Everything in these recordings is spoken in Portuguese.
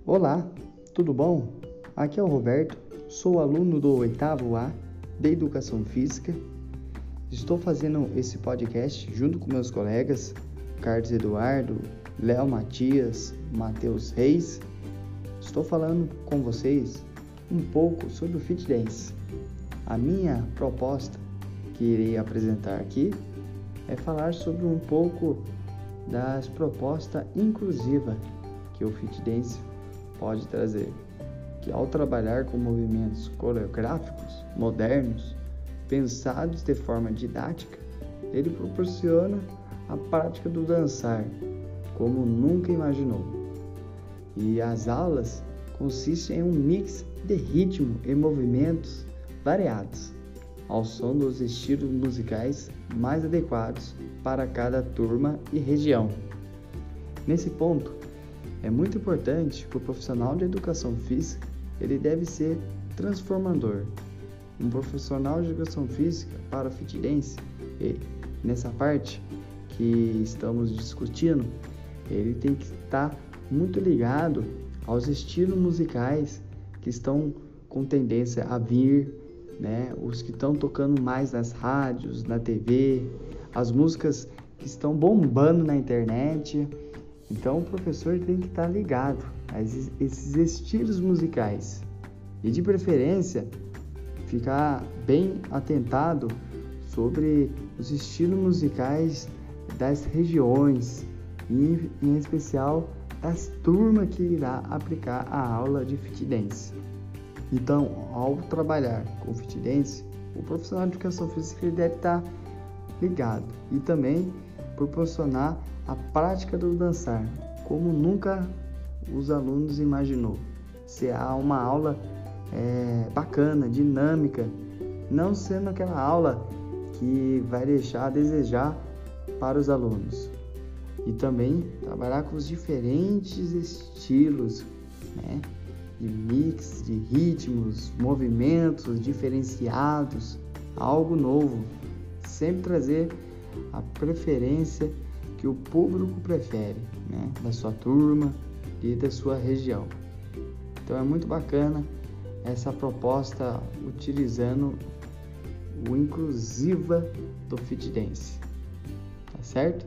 Olá, tudo bom? Aqui é o Roberto, sou aluno do 8º A de Educação Física. Estou fazendo esse podcast junto com meus colegas Carlos Eduardo, Léo Matias, Matheus Reis. Estou falando com vocês um pouco sobre o Fit Dance. A minha proposta que irei apresentar aqui é falar sobre um pouco das propostas inclusivas que o Fit Dance pode trazer, que ao trabalhar com movimentos coreográficos modernos, pensados de forma didática, ele proporciona a prática do dançar como nunca imaginou. E as aulas consistem em um mix de ritmo e movimentos variados, ao som dos estilos musicais mais adequados para cada turma e região. Nesse ponto, é muito importante que o profissional de educação física ele deve ser transformador. Um profissional de educação física para o Fit Dance, nessa parte que estamos discutindo, ele tem que estar muito ligado aos estilos musicais que estão com tendência a vir, né? Os que estão tocando mais nas rádios, na TV, as músicas que estão bombando na internet. Então o professor tem que estar ligado a esses estilos musicais e, de preferência, ficar bem atentado sobre os estilos musicais das regiões e, em especial, das turmas que irá aplicar a aula de Fit Dance. Então, ao trabalhar com Fit Dance, o profissional de educação física ele deve estar ligado e também proporcionar a prática do dançar, como nunca os alunos imaginou. Se há uma aula bacana, dinâmica, não sendo aquela aula que vai deixar a desejar para os alunos. E também trabalhar com os diferentes estilos, né? De mix, de ritmos, movimentos diferenciados, algo novo. Sempre trazer a preferência que o público prefere, né? Da sua turma e da sua região. Então é muito bacana essa proposta utilizando o inclusiva do Fit Dance, tá certo?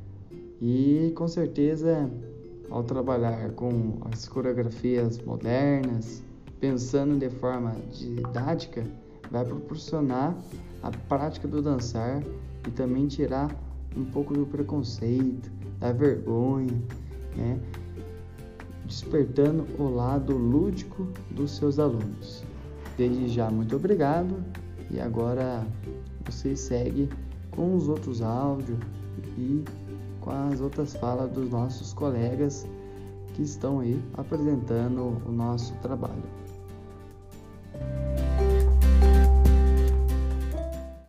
E com certeza, ao trabalhar com as coreografias modernas, pensando de forma didática, vai proporcionar a prática do dançar e também tirar um pouco do preconceito, da vergonha, né? Despertando o lado lúdico dos seus alunos. Desde já, muito obrigado. E agora você segue com os outros áudios e com as outras falas dos nossos colegas que estão aí apresentando o nosso trabalho.